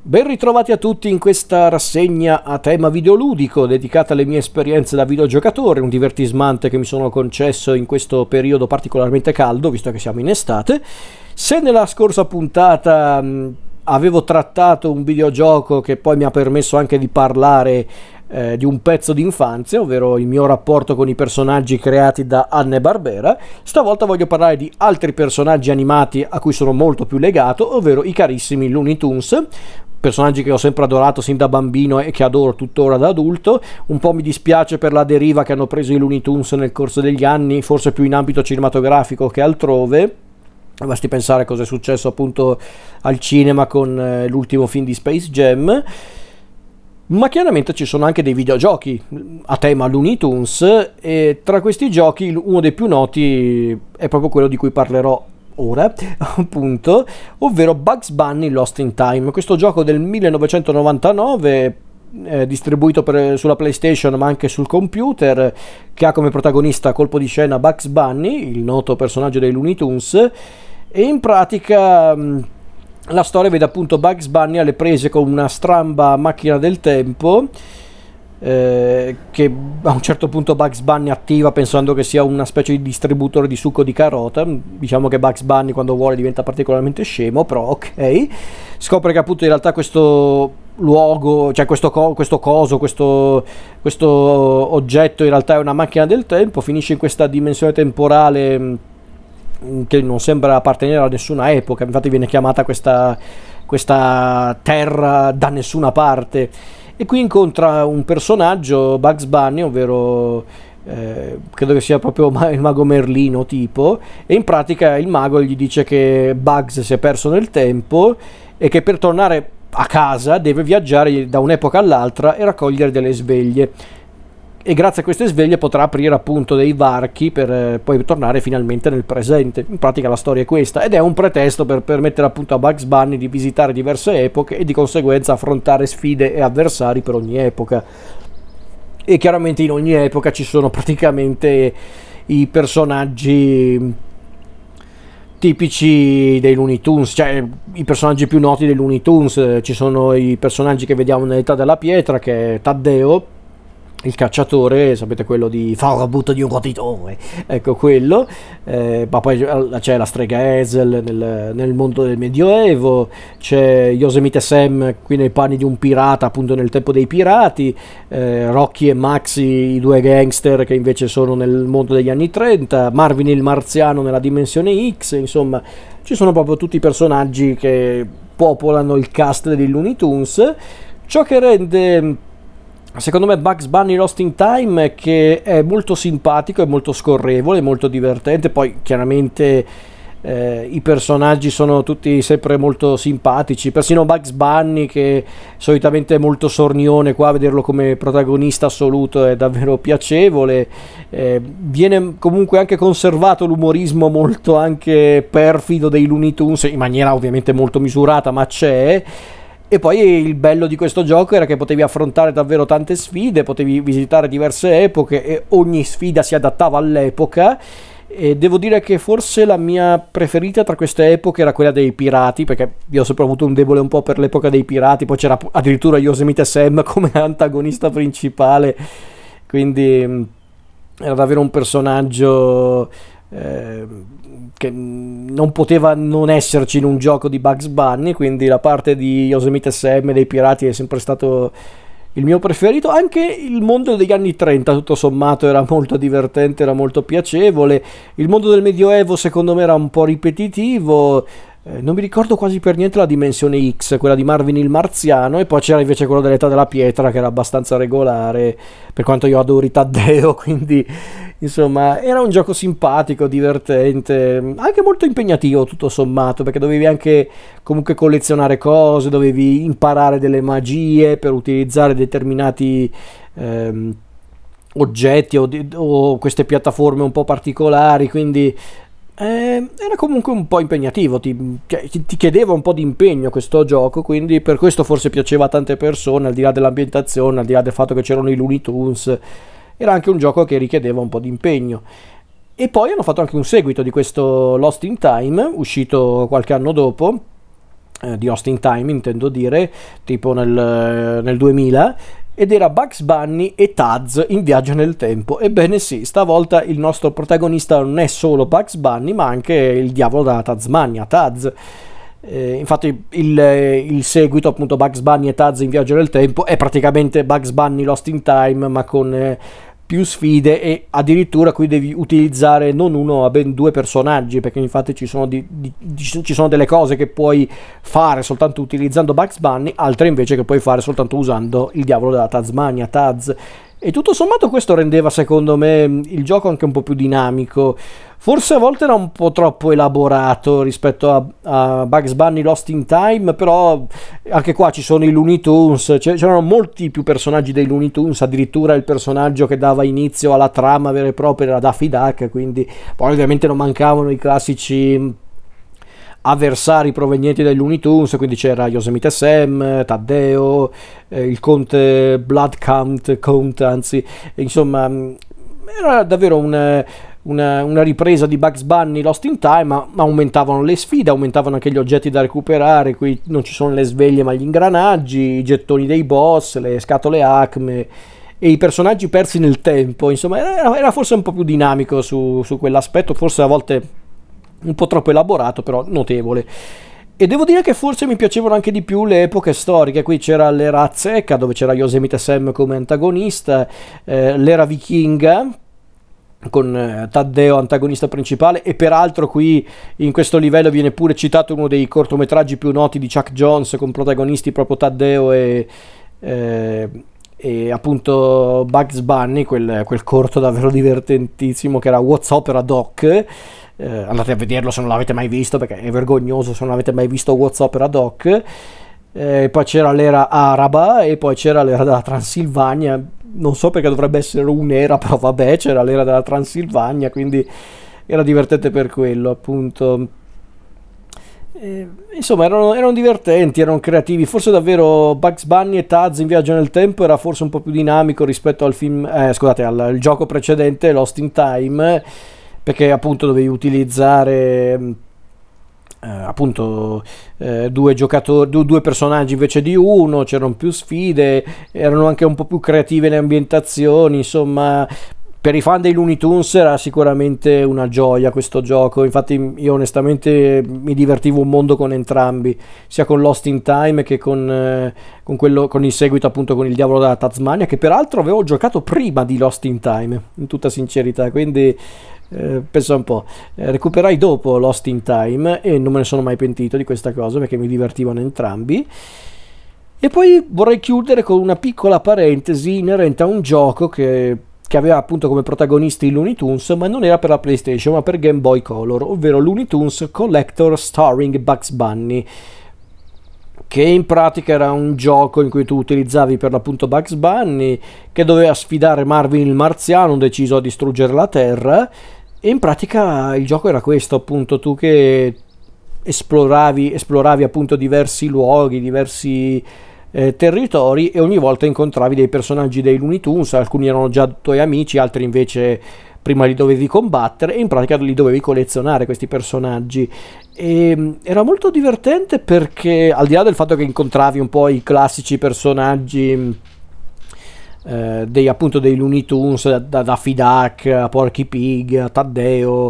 Ben ritrovati a tutti in questa rassegna a tema videoludico dedicata alle mie esperienze da videogiocatore, un divertismante che mi sono concesso in questo periodo particolarmente caldo, visto che siamo in estate. Se nella scorsa puntata avevo trattato un videogioco che poi mi ha permesso anche di parlare di un pezzo d'infanzia, ovvero il mio rapporto con i personaggi creati da Hanna-Barbera, stavolta voglio parlare di altri personaggi animati a cui sono molto più legato, ovvero i carissimi Looney Tunes, personaggi che ho sempre adorato sin da bambino e che adoro tuttora da adulto. Un po' mi dispiace per la deriva che hanno preso i Looney Tunes nel corso degli anni, forse più in ambito cinematografico che altrove. Basti pensare cosa è successo appunto al cinema con l'ultimo film di Space Jam. Ma chiaramente ci sono anche dei videogiochi a tema Looney Tunes e tra questi giochi uno dei più noti è proprio quello di cui parlerò ora, appunto, ovvero Bugs Bunny Lost in Time. Questo gioco del 1999 distribuito sulla PlayStation ma anche sul computer, che ha come protagonista colpo di scena Bugs Bunny, il noto personaggio dei Looney Tunes, e in pratica la storia vede appunto Bugs Bunny alle prese con una stramba macchina del tempo che a un certo punto Bugs Bunny attiva pensando che sia una specie di distributore di succo di carota. Diciamo che Bugs Bunny quando vuole diventa particolarmente scemo, però ok. Scopre che appunto in realtà questo luogo, cioè questo oggetto in realtà è una macchina del tempo, finisce in questa dimensione temporale che non sembra appartenere a nessuna epoca, infatti viene chiamata questa terra da nessuna parte, e qui incontra un personaggio, Bugs Bunny, ovvero credo che sia proprio il mago Merlino tipo, e in pratica il mago gli dice che Bugs si è perso nel tempo e che per tornare a casa deve viaggiare da un'epoca all'altra e raccogliere delle sveglie, e grazie a queste sveglie potrà aprire appunto dei varchi per poi tornare finalmente nel presente. In pratica la storia è questa, ed è un pretesto per permettere appunto a Bugs Bunny di visitare diverse epoche e di conseguenza affrontare sfide e avversari per ogni epoca. E chiaramente in ogni epoca ci sono praticamente i personaggi tipici dei Looney Tunes, cioè i personaggi più noti dei Looney Tunes. Ci sono i personaggi che vediamo nell'età della pietra, che è Taddeo, il cacciatore, sapete, quello di Farabutto di un rotitore, ecco quello, ma poi c'è la strega Hazel nel mondo del Medioevo, c'è Yosemite Sam qui nei panni di un pirata appunto nel tempo dei pirati, Rocky e Maxi, i due gangster che invece sono nel mondo degli anni 30, Marvin il marziano nella dimensione X. Insomma, ci sono proprio tutti i personaggi che popolano il cast dei Looney Tunes. Ciò che rende secondo me Bugs Bunny Lost in Time è che è molto simpatico, è molto scorrevole, è molto divertente. Poi chiaramente i personaggi sono tutti sempre molto simpatici, persino Bugs Bunny, che solitamente è molto sornione, qua vederlo come protagonista assoluto è davvero piacevole. Viene comunque anche conservato l'umorismo molto anche perfido dei Looney Tunes, in maniera ovviamente molto misurata, ma c'è. E poi il bello di questo gioco era che potevi affrontare davvero tante sfide, potevi visitare diverse epoche e ogni sfida si adattava all'epoca. E devo dire che forse la mia preferita tra queste epoche era quella dei pirati, perché io ho sempre avuto un debole un po' per l'epoca dei pirati. Poi c'era addirittura Yosemite Sam come antagonista principale, quindi era davvero un personaggio che non poteva non esserci in un gioco di Bugs Bunny, quindi la parte di Yosemite Sam e dei pirati è sempre stato il mio preferito. Anche il mondo degli anni 30 tutto sommato era molto divertente, era molto piacevole. Il mondo del Medioevo secondo me era un po' ripetitivo, non mi ricordo quasi per niente la dimensione X, quella di Marvin il marziano, e poi c'era invece quello dell'età della pietra che era abbastanza regolare, per quanto io adori Taddeo, quindi insomma era un gioco simpatico, divertente, anche molto impegnativo tutto sommato, perché dovevi anche comunque collezionare cose, dovevi imparare delle magie per utilizzare determinati oggetti o queste piattaforme un po' particolari, quindi era comunque un po' impegnativo, ti chiedeva un po' di impegno questo gioco, quindi per questo forse piaceva a tante persone, al di là dell'ambientazione, al di là del fatto che c'erano i Looney Tunes. Era anche un gioco che richiedeva un po' di impegno. E poi hanno fatto anche un seguito di questo Lost in Time, uscito qualche anno dopo, di Lost in Time intendo dire, tipo nel 2000, ed era Bugs Bunny e Taz in Viaggio nel tempo. Ebbene sì, stavolta il nostro protagonista non è solo Bugs Bunny, ma anche il diavolo della Tasmania, Taz. Infatti il seguito, appunto, Bugs Bunny e Taz in Viaggio nel tempo, è praticamente Bugs Bunny Lost in Time, ma con più sfide, e addirittura qui devi utilizzare non uno ma ben due personaggi, perché infatti ci sono, ci sono delle cose che puoi fare soltanto utilizzando Bugs Bunny, altre invece che puoi fare soltanto usando il diavolo della Tasmania, Taz. E tutto sommato questo rendeva, secondo me, il gioco anche un po' più dinamico. Forse a volte era un po' troppo elaborato rispetto a Bugs Bunny Lost in Time, però anche qua ci sono i Looney Tunes, c'erano molti più personaggi dei Looney Tunes, addirittura il personaggio che dava inizio alla trama vera e propria era Daffy Duck, quindi poi ovviamente non mancavano i classici avversari provenienti dai Looney Tunes, quindi c'era Yosemite Sam, Taddeo, il conte Blood Count, anzi, insomma, era davvero una ripresa di Bugs Bunny Lost in Time, ma aumentavano le sfide, aumentavano anche gli oggetti da recuperare. Qui non ci sono le sveglie ma gli ingranaggi, i gettoni dei boss, le scatole Acme e i personaggi persi nel tempo. Insomma, era forse un po' più dinamico su quell'aspetto, forse a volte un po' troppo elaborato, però notevole. E devo dire che forse mi piacevano anche di più le epoche storiche. Qui c'era l'era azteca, dove c'era Yosemite Sam come antagonista, l'era vichinga con Taddeo antagonista principale, e peraltro qui in questo livello viene pure citato uno dei cortometraggi più noti di Chuck Jones, con protagonisti proprio Taddeo e appunto Bugs Bunny, quel corto davvero divertentissimo che era What's Opera Doc. Andate a vederlo se non l'avete mai visto, perché è vergognoso se non avete mai visto What's Opera Doc. Poi c'era l'era araba e poi c'era l'era della Transilvania. Non so perché dovrebbe essere un'era, però vabbè, c'era l'era della Transilvania, quindi era divertente per quello, appunto. Insomma, erano divertenti, erano creativi. Forse davvero Bugs Bunny e Taz in Viaggio nel tempo era forse un po' più dinamico rispetto al film, scusate, al gioco precedente, Lost in Time, perché appunto dovevi utilizzare appunto due giocatori, due personaggi invece di uno, c'erano più sfide, erano anche un po' più creative le ambientazioni. Insomma, per i fan dei Looney Tunes era sicuramente una gioia questo gioco. Infatti io onestamente mi divertivo un mondo con entrambi, sia con Lost in Time che con il seguito, appunto, con il diavolo della Tasmania, che peraltro avevo giocato prima di Lost in Time, in tutta sincerità, quindi pensa un po', recuperai dopo Lost in Time e non me ne sono mai pentito di questa cosa, perché mi divertivano entrambi. E poi vorrei chiudere con una piccola parentesi inerente a un gioco che aveva appunto come protagonisti i Looney Tunes, ma non era per la PlayStation ma per Game Boy Color, ovvero Looney Tunes Collector Starring Bugs Bunny, che in pratica era un gioco in cui tu utilizzavi per l'appunto Bugs Bunny, che doveva sfidare Marvin il marziano deciso a distruggere la Terra. E in pratica il gioco era questo, appunto, tu che esploravi appunto diversi luoghi, diversi territori, e ogni volta incontravi dei personaggi dei Looney Tunes. Alcuni erano già tuoi amici, altri invece prima li dovevi combattere, e in pratica li dovevi collezionare questi personaggi. E era molto divertente perché, al di là del fatto che incontravi un po' i classici personaggi appunto dei Looney Tunes, da Daffy Duck a Porky Pig a Taddeo,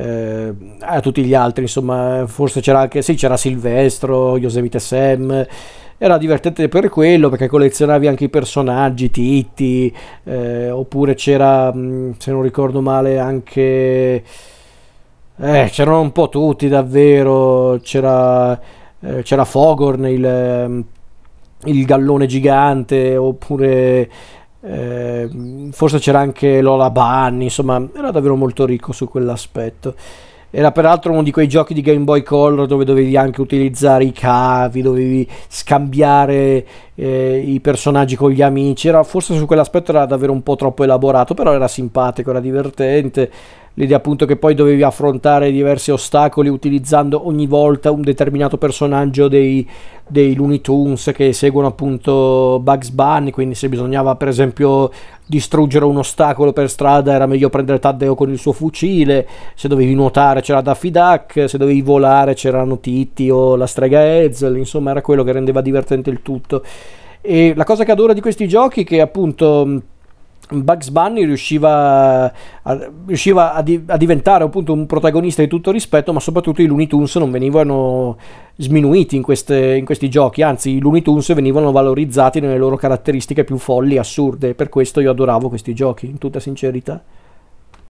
a tutti gli altri, insomma, forse c'era anche, sì, c'era Silvestro, Yosemite Sam. Era divertente per quello, perché collezionavi anche i personaggi, Titti, oppure c'era, se non ricordo male, anche c'erano un po' tutti davvero. C'era Fogorn, il gallone gigante, oppure forse c'era anche Lola Bunny. Insomma, era davvero molto ricco su quell'aspetto. Era peraltro uno di quei giochi di Game Boy Color dove dovevi anche utilizzare i cavi, dovevi scambiare i personaggi con gli amici. Forse su quell'aspetto era davvero un po' troppo elaborato, però era simpatico, era divertente. L'idea appunto che poi dovevi affrontare diversi ostacoli utilizzando ogni volta un determinato personaggio dei Looney Tunes che seguono appunto Bugs Bunny, quindi se bisognava per esempio distruggere un ostacolo per strada era meglio prendere Taddeo con il suo fucile, se dovevi nuotare c'era Daffy Duck, se dovevi volare c'erano Titti o la strega Hazel, insomma era quello che rendeva divertente il tutto. E la cosa che adoro di questi giochi è che appunto Bugs Bunny riusciva a diventare appunto un protagonista di tutto rispetto, ma soprattutto i Looney Tunes non venivano sminuiti in questi giochi, anzi i Looney Tunes venivano valorizzati nelle loro caratteristiche più folli, assurde, per questo io adoravo questi giochi, in tutta sincerità.